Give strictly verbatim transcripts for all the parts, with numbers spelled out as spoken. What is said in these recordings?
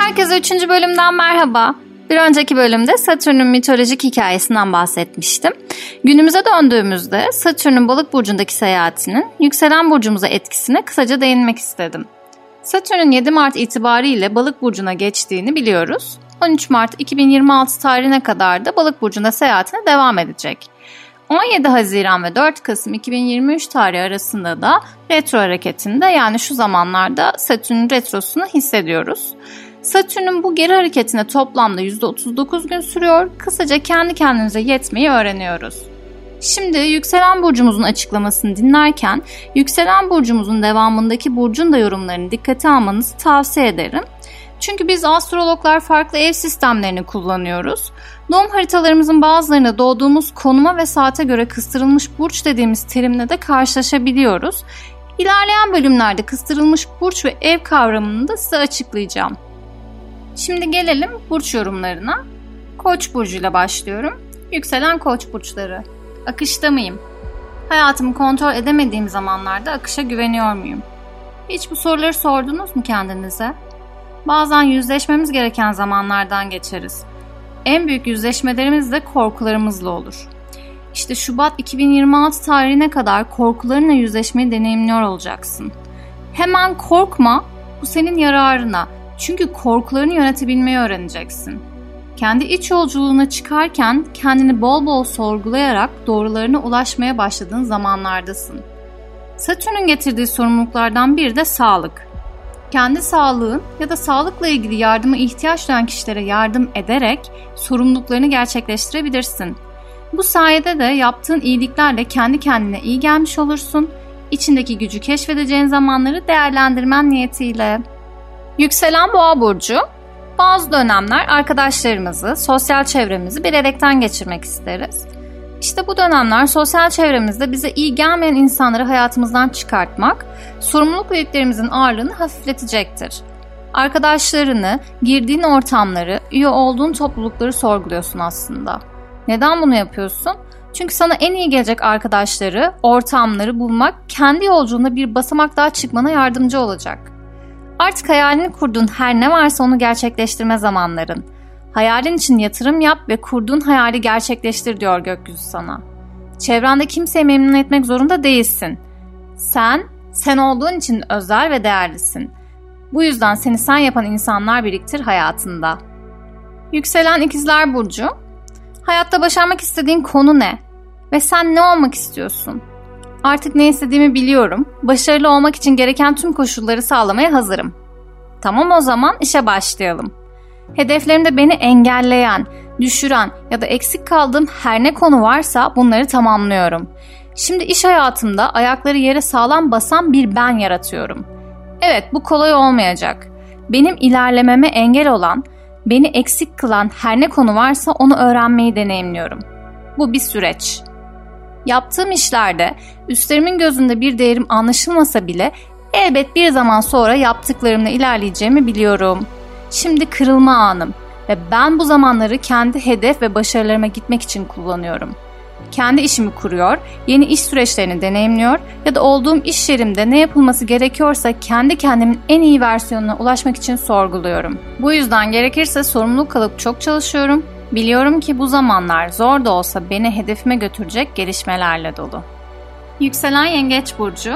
Herkese üçüncü bölümden merhaba. Bir önceki bölümde Satürn'ün mitolojik hikayesinden bahsetmiştim. Günümüze döndüğümüzde Satürn'ün Balık burcundaki seyahatinin yükselen burcumuza etkisine kısaca değinmek istedim. Satürn'ün yedi Mart itibariyle Balık burcuna geçtiğini biliyoruz. on üç Mart iki bin yirmi altı tarihine kadar da Balık burcunda seyahatine devam edecek. on yedi Haziran ve dört Kasım iki bin yirmi üç tarihi arasında da retro hareketinde, yani şu zamanlarda Satürn retrosunu hissediyoruz. Satürn'ün bu geri hareketine toplamda yüzde otuz dokuz gün sürüyor. Kısaca kendi kendimize yetmeyi öğreniyoruz. Şimdi yükselen burcumuzun açıklamasını dinlerken yükselen burcumuzun devamındaki burcun da yorumlarını dikkate almanızı tavsiye ederim. Çünkü biz astrologlar farklı ev sistemlerini kullanıyoruz. Doğum haritalarımızın bazılarında doğduğumuz konuma ve saate göre kıstırılmış burç dediğimiz terimle de karşılaşabiliyoruz. İlerleyen bölümlerde kıstırılmış burç ve ev kavramını da size açıklayacağım. Şimdi gelelim burç yorumlarına. Koç burcuyla başlıyorum. Yükselen Koç burçları. Akışta mıyım? Hayatımı kontrol edemediğim zamanlarda akışa güveniyor muyum? Hiç bu soruları sordunuz mu kendinize? Bazen yüzleşmemiz gereken zamanlardan geçeriz. En büyük yüzleşmelerimiz de korkularımızla olur. İşte Şubat iki bin yirmi altı tarihine kadar korkularınla yüzleşmeyi deneyimliyor olacaksın. Hemen korkma, bu senin yararına. Çünkü korkularını yönetebilmeyi öğreneceksin. Kendi iç yolculuğuna çıkarken kendini bol bol sorgulayarak doğrularına ulaşmaya başladığın zamanlardasın. Satürn'ün getirdiği sorumluluklardan biri de sağlık. Kendi sağlığın ya da sağlıkla ilgili yardıma ihtiyaç duyan kişilere yardım ederek sorumluluklarını gerçekleştirebilirsin. Bu sayede de yaptığın iyiliklerle kendi kendine iyi gelmiş olursun. İçindeki gücü keşfedeceğin zamanları değerlendirmen niyetiyle. Yükselen Boğa burcu. Bazı dönemler arkadaşlarımızı, sosyal çevremizi bir elekten geçirmek isteriz. İşte bu dönemler sosyal çevremizde bize iyi gelmeyen insanları hayatımızdan çıkartmak, sorumluluk yüklerimizin ağırlığını hafifletecektir. Arkadaşlarını, girdiğin ortamları, üye olduğun toplulukları sorguluyorsun aslında. Neden bunu yapıyorsun? Çünkü sana en iyi gelecek arkadaşları, ortamları bulmak kendi yolculuğunda bir basamak daha çıkmana yardımcı olacak. Artık hayalini kurduğun her ne varsa onu gerçekleştirme zamanların. Hayalin için yatırım yap ve kurduğun hayali gerçekleştir diyor gökyüzü sana. Çevrende kimseyi memnun etmek zorunda değilsin. Sen, sen olduğun için özel ve değerlisin. Bu yüzden seni sen yapan insanlar biriktir hayatında. Yükselen İkizler burcu. Hayatta başarmak istediğin konu ne? Ve sen ne olmak istiyorsun? Artık ne istediğimi biliyorum. Başarılı olmak için gereken tüm koşulları sağlamaya hazırım. Tamam, o zaman işe başlayalım. Hedeflerimde beni engelleyen, düşüren ya da eksik kaldığım her ne konu varsa bunları tamamlıyorum. Şimdi iş hayatımda ayakları yere sağlam basan bir ben yaratıyorum. Evet, bu kolay olmayacak. Benim ilerlememe engel olan, beni eksik kılan her ne konu varsa onu öğrenmeyi deneyimliyorum. Bu bir süreç. Yaptığım işlerde üstlerimin gözünde bir değerim anlaşılmasa bile elbet bir zaman sonra yaptıklarımla ilerleyeceğimi biliyorum. Şimdi kırılma anım ve ben bu zamanları kendi hedef ve başarılarıma gitmek için kullanıyorum. Kendi işimi kuruyor, yeni iş süreçlerini deneyimliyor ya da olduğum iş yerimde ne yapılması gerekiyorsa kendi kendimin en iyi versiyonuna ulaşmak için sorguluyorum. Bu yüzden gerekirse sorumluluk alıp çok çalışıyorum. Biliyorum ki bu zamanlar zor da olsa beni hedefime götürecek gelişmelerle dolu. Yükselen Yengeç burcu.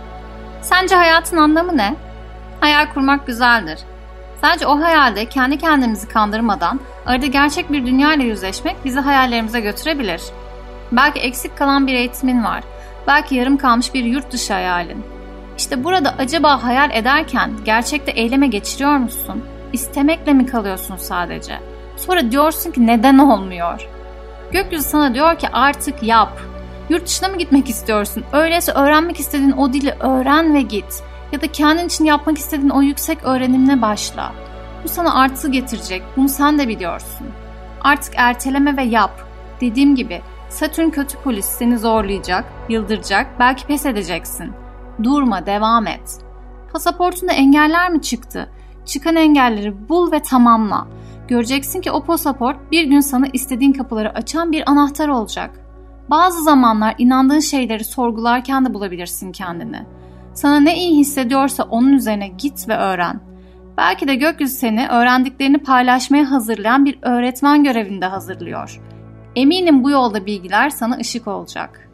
Sence hayatın anlamı ne? Hayal kurmak güzeldir. Sadece o hayalde kendi kendimizi kandırmadan arada gerçek bir dünya ile yüzleşmek bizi hayallerimize götürebilir. Belki eksik kalan bir eğitimin var. Belki yarım kalmış bir yurt dışı hayalin. İşte burada acaba hayal ederken gerçekte eyleme geçiriyor musun? İstemekle mi kalıyorsun sadece? Sonra diyorsun ki neden olmuyor? Gökyüzü sana diyor ki artık yap. Yurt dışına mı gitmek istiyorsun? Öyleyse öğrenmek istediğin o dili öğren ve git. Ya da kendin için yapmak istediğin o yüksek öğrenimine başla. Bu sana artı getirecek. Bunu sen de biliyorsun. Artık erteleme ve yap. Dediğim gibi Satürn kötü polis, seni zorlayacak, yıldıracak, belki pes edeceksin. Durma, devam et. Pasaportunda engeller mi çıktı? Çıkan engelleri bul ve tamamla. Göreceksin ki o pasaport bir gün sana istediğin kapıları açan bir anahtar olacak. Bazı zamanlar inandığın şeyleri sorgularken de bulabilirsin kendini. Sana ne iyi hissediyorsa onun üzerine git ve öğren. Belki de gökyüzü seni öğrendiklerini paylaşmaya hazırlayan bir öğretmen görevinde hazırlıyor. Eminim bu yolda bilgiler sana ışık olacak.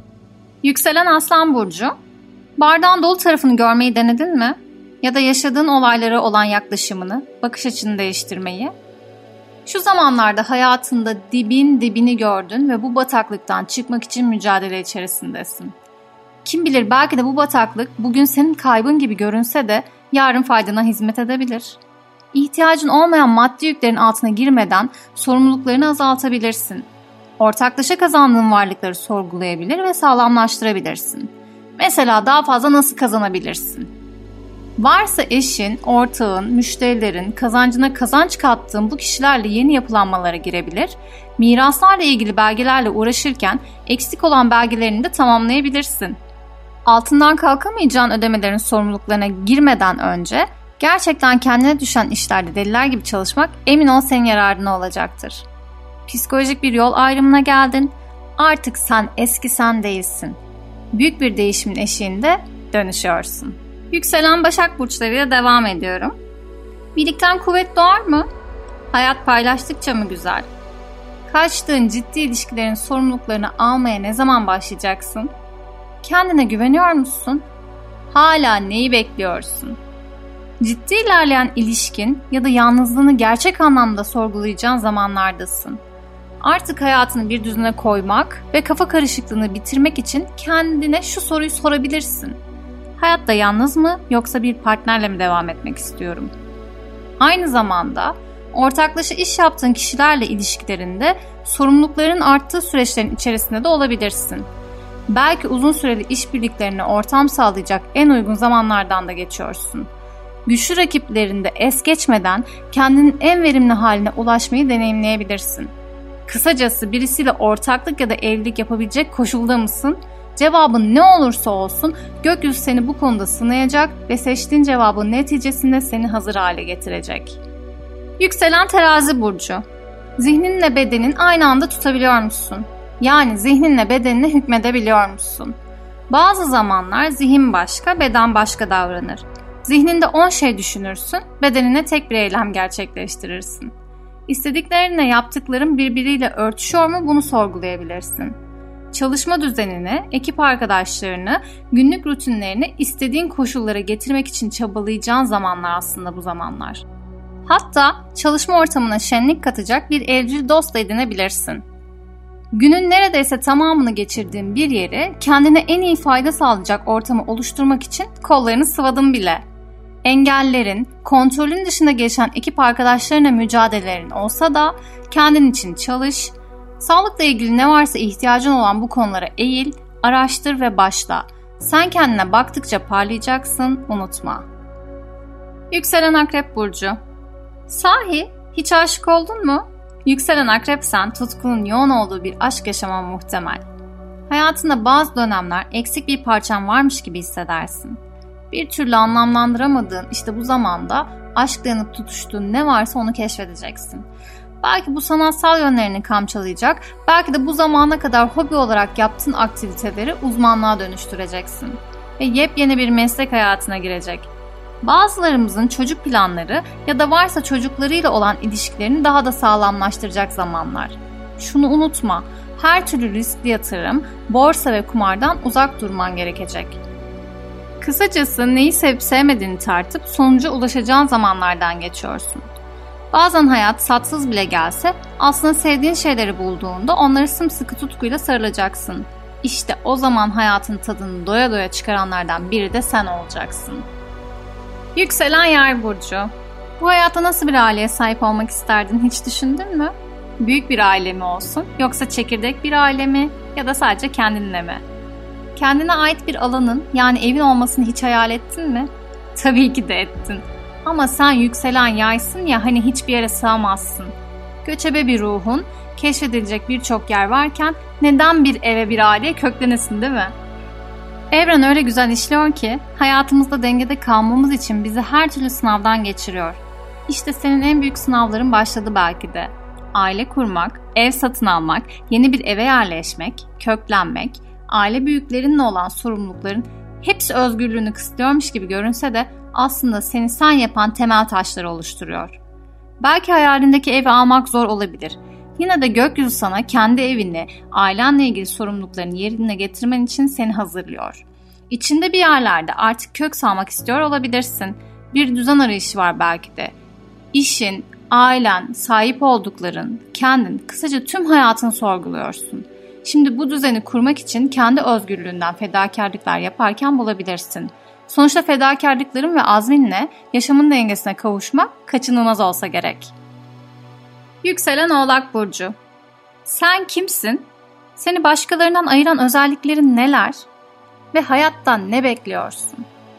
Yükselen Aslan Burcu, bardağın dolu tarafını görmeyi denedin mi? Ya da yaşadığın olaylara olan yaklaşımını, bakış açını değiştirmeyi? Şu zamanlarda hayatında dibin dibini gördün ve bu bataklıktan çıkmak için mücadele içerisindesin. Kim bilir, belki de bu bataklık bugün senin kaybın gibi görünse de yarın faydana hizmet edebilir. İhtiyacın olmayan maddi yüklerin altına girmeden sorumluluklarını azaltabilirsin. Ortaklaşa kazandığın varlıkları sorgulayabilir ve sağlamlaştırabilirsin. Mesela daha fazla nasıl kazanabilirsin? Varsa eşin, ortağın, müşterilerin, kazancına kazanç kattığın bu kişilerle yeni yapılanmalara girebilir, miraslarla ilgili belgelerle uğraşırken eksik olan belgelerini de tamamlayabilirsin. Altından kalkamayacağın ödemelerin sorumluluklarına girmeden önce gerçekten kendine düşen işlerde deliler gibi çalışmak emin ol senin yararına olacaktır. Psikolojik bir yol ayrımına geldin. Artık sen eski sen değilsin. Büyük bir değişimin eşiğinde dönüşüyorsun. Yükselen Başak burçlarıyla devam ediyorum. Birlikten kuvvet doğar mı? Hayat paylaştıkça mı güzel? Kaçtığın ciddi ilişkilerin sorumluluklarını almaya ne zaman başlayacaksın? Kendine güveniyor musun? Hala neyi bekliyorsun? Ciddi ilerleyen ilişkin ya da yalnızlığını gerçek anlamda sorgulayacağın zamanlardasın. Artık hayatını bir düzene koymak ve kafa karışıklığını bitirmek için kendine şu soruyu sorabilirsin. Hayatta yalnız mı yoksa bir partnerle mi devam etmek istiyorum? Aynı zamanda ortaklaşa iş yaptığın kişilerle ilişkilerinde sorumlulukların arttığı süreçlerin içerisinde de olabilirsin. Belki uzun süreli işbirliklerine ortam sağlayacak en uygun zamanlardan da geçiyorsun. Güçlü rakiplerinde es geçmeden kendinin en verimli haline ulaşmayı deneyimleyebilirsin. Kısacası birisiyle ortaklık ya da evlilik yapabilecek koşulda mısın? Cevabın ne olursa olsun gökyüzü seni bu konuda sınayacak ve seçtiğin cevabın neticesinde seni hazır hale getirecek. Yükselen Terazi Burcu. Zihninle bedenin aynı anda tutabiliyor musun? Yani zihninle bedenine hükmedebiliyor musun? Bazı zamanlar zihin başka, beden başka davranır. Zihninde on şey düşünürsün, bedenine tek bir eylem gerçekleştirirsin. İstediklerinle yaptıkların birbiriyle örtüşüyor mu bunu sorgulayabilirsin. Çalışma düzenini, ekip arkadaşlarını, günlük rutinlerini istediğin koşullara getirmek için çabalayacağın zamanlar aslında bu zamanlar. Hatta çalışma ortamına şenlik katacak bir evcil dost da edinebilirsin. Günün neredeyse tamamını geçirdiğin bir yeri kendine en iyi fayda sağlayacak ortamı oluşturmak için kollarını sıvadın bile. Engellerin, kontrolün dışında geçen ekip arkadaşlarına mücadelelerin olsa da kendin için çalış, sağlıkla ilgili ne varsa ihtiyacın olan bu konulara eğil, araştır ve başla. Sen kendine baktıkça parlayacaksın, unutma. Yükselen Akrep Burcu. Sahi hiç aşık oldun mu? Yükselen Akrepsen tutkunun yoğun olduğu bir aşk yaşaman muhtemel. Hayatında bazı dönemler eksik bir parçan varmış gibi hissedersin. Bir türlü anlamlandıramadığın işte bu zamanda aşkla yanıp tutuştuğun ne varsa onu keşfedeceksin. Belki bu sanatsal yönlerini kamçalayacak, belki de bu zamana kadar hobi olarak yaptığın aktiviteleri uzmanlığa dönüştüreceksin. Ve yepyeni bir meslek hayatına girecek. Bazılarımızın çocuk planları ya da varsa çocuklarıyla olan ilişkilerini daha da sağlamlaştıracak zamanlar. Şunu unutma, her türlü riskli yatırım, borsa ve kumardan uzak durman gerekecek. Kısacası neyi sevip sevmediğini tartıp sonuca ulaşacağın zamanlardan geçiyorsun. Bazen hayat satsız bile gelse aslında sevdiğin şeyleri bulduğunda onları sımsıkı tutkuyla sarılacaksın. İşte o zaman hayatın tadını doya doya çıkaranlardan biri de sen olacaksın. Yükselen Yay Burcu. Bu hayatta nasıl bir aileye sahip olmak isterdin hiç düşündün mü? Büyük bir aile mi olsun yoksa çekirdek bir aile mi ya da sadece kendinle mi? Kendine ait bir alanın yani evin olmasını hiç hayal ettin mi? Tabii ki de ettin. Ama sen yükselen yaysın ya hani hiçbir yere sığamazsın. Göçebe bir ruhun, keşfedilecek birçok yer varken neden bir eve bir aileye köklenesin değil mi? Evren öyle güzel işliyor ki hayatımızda dengede kalmamız için bizi her türlü sınavdan geçiriyor. İşte senin en büyük sınavların başladı belki de. Aile kurmak, ev satın almak, yeni bir eve yerleşmek, köklenmek, aile büyüklerinle olan sorumlulukların hepsi özgürlüğünü kısıtlıyormuş gibi görünse de aslında seni sen yapan temel taşları oluşturuyor. Belki hayalindeki evi almak zor olabilir. Yine de gökyüzü sana kendi evini, ailenle ilgili sorumluluklarını yerine getirmen için seni hazırlıyor. İçinde bir yerlerde artık kök salmak istiyor olabilirsin. Bir düzen arayışı var belki de. İşin, ailen, sahip oldukların, kendin, kısaca tüm hayatını sorguluyorsun. Şimdi bu düzeni kurmak için kendi özgürlüğünden fedakarlıklar yaparken bulabilirsin. Sonuçta fedakarlıkların ve azminle yaşamın dengesine kavuşmak kaçınılmaz olsa gerek. Yükselen Oğlak Burcu. Sen kimsin? Seni başkalarından ayıran özelliklerin neler? Ve hayattan ne bekliyorsun?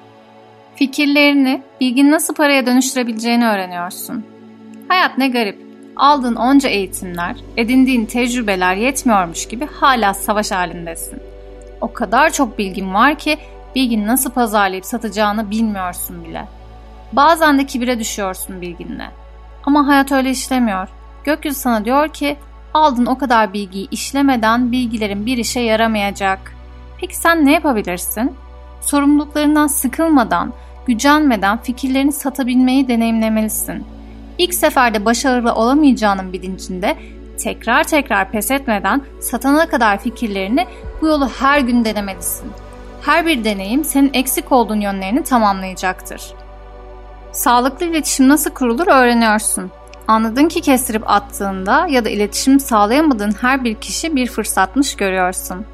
Fikirlerini, bilgini nasıl paraya dönüştürebileceğini öğreniyorsun. Hayat ne garip. Aldığın onca eğitimler, edindiğin tecrübeler yetmiyormuş gibi hala savaş halindesin. O kadar çok bilgin var ki bilgini nasıl pazarlayıp satacağını bilmiyorsun bile. Bazen de kibire düşüyorsun bilginle. Ama hayat öyle işlemiyor. Gökyüzü sana diyor ki aldığın o kadar bilgiyi işlemeden bilgilerin bir işe yaramayacak. Peki sen ne yapabilirsin? Sorumluluklarından sıkılmadan, gücenmeden fikirlerini satabilmeyi deneyimlemelisin. İlk seferde başarılı olamayacağının bilincinde tekrar tekrar pes etmeden satana kadar fikirlerini bu yolu her gün denemelisin. Her bir deneyim senin eksik olduğun yönlerini tamamlayacaktır. Sağlıklı iletişim nasıl kurulur öğreniyorsun. Anladın ki kestirip attığında ya da iletişim sağlayamadığın her bir kişi bir fırsatmış görüyorsun.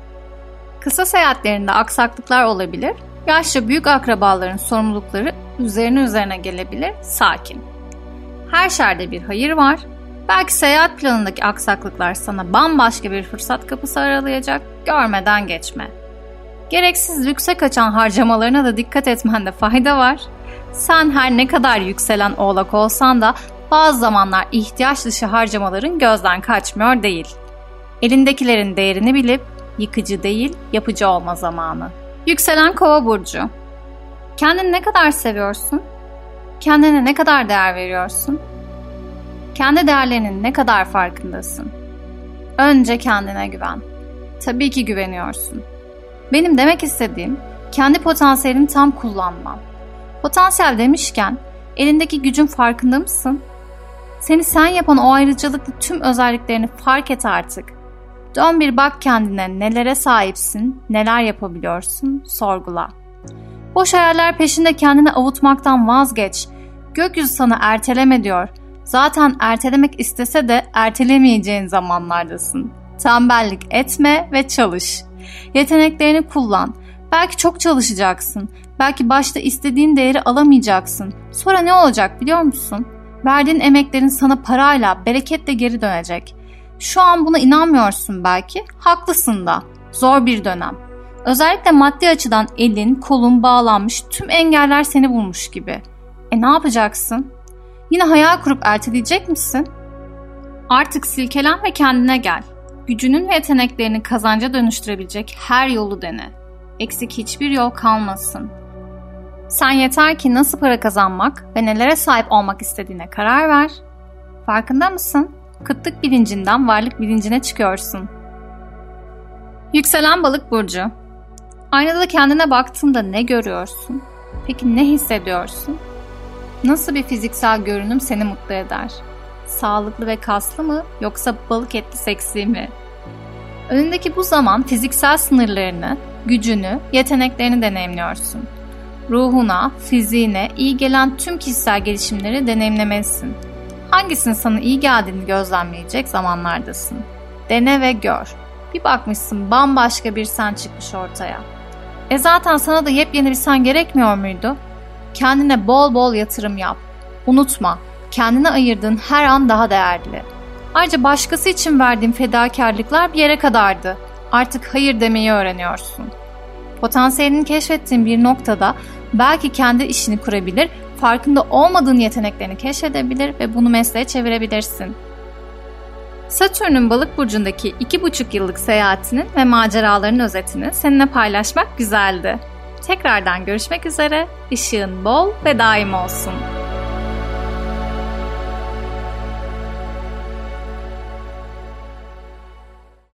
Kısa seyahatlerinde aksaklıklar olabilir, yaşça büyük akrabaların sorumlulukları üzerine üzerine gelebilir, sakin. Her şerde bir hayır var, belki seyahat planındaki aksaklıklar sana bambaşka bir fırsat kapısı aralayacak, görmeden geçme. Gereksiz lükse kaçan harcamalarına da dikkat etmende fayda var. Sen her ne kadar yükselen Oğlak olsan da bazı zamanlar ihtiyaç dışı harcamaların gözden kaçmıyor değil. Elindekilerin değerini bilip yıkıcı değil, yapıcı olma zamanı. Yükselen Kova Burcu. Kendini ne kadar seviyorsun? Kendine ne kadar değer veriyorsun? Kendi değerlerinin ne kadar farkındasın? Önce kendine güven. Tabii ki güveniyorsun. Benim demek istediğim kendi potansiyelini tam kullanman. Potansiyel demişken elindeki gücün farkında mısın? Seni sen yapan o ayrıcalıklı tüm özelliklerini fark et artık. Dön bir bak kendine, nelere sahipsin, neler yapabiliyorsun, sorgula. Boş hayaller peşinde kendini avutmaktan vazgeç. Gökyüzü sana erteleme diyor. Zaten ertelemek istese de ertelemeyeceğin zamanlardasın. Tembellik etme ve çalış. Yeteneklerini kullan. Belki çok çalışacaksın. Belki başta istediğin değeri alamayacaksın. Sonra ne olacak biliyor musun? Verdiğin emeklerin sana parayla, bereketle geri dönecek. Şu an buna inanmıyorsun belki. Haklısın da. Zor bir dönem. Özellikle maddi açıdan elin, kolun bağlanmış, tüm engeller seni bulmuş gibi. E ne yapacaksın? Yine hayal kurup erteleyecek misin? Artık silkelen ve kendine gel. Gücünün ve yeteneklerini kazanca dönüştürebilecek her yolu dene. Eksik hiçbir yol kalmasın. Sen yeter ki nasıl para kazanmak ve nelere sahip olmak istediğine karar ver. Farkında mısın? Kıtlık bilincinden varlık bilincine çıkıyorsun. Yükselen Balık Burcu. Aynada kendine baktığında ne görüyorsun? Peki ne hissediyorsun? Nasıl bir fiziksel görünüm seni mutlu eder? Sağlıklı ve kaslı mı yoksa balık etli seksi mi? Önündeki bu zaman fiziksel sınırlarını, gücünü, yeteneklerini deneyimliyorsun. Ruhuna, fiziğine iyi gelen tüm kişisel gelişimleri deneyimlemelisin. Hangisinin sana iyi geldiğini gözlemleyecek zamanlardasın. Dene ve gör. Bir bakmışsın bambaşka bir sen çıkmış ortaya. E zaten sana da yepyeni bir sen gerekmiyor muydu? Kendine bol bol yatırım yap. Unutma, kendine ayırdığın her an daha değerli. Ayrıca başkası için verdiğin fedakarlıklar bir yere kadardı. Artık hayır demeyi öğreniyorsun. Potansiyelini keşfettiğin bir noktada belki kendi işini kurabilir, farkında olmadığın yeteneklerini keşfedebilir ve bunu mesleğe çevirebilirsin. Satürn'ün Balık burcundaki iki buçuk yıllık seyahatinin ve maceraların özetini seninle paylaşmak güzeldi. Tekrardan görüşmek üzere, ışığın bol ve daim olsun.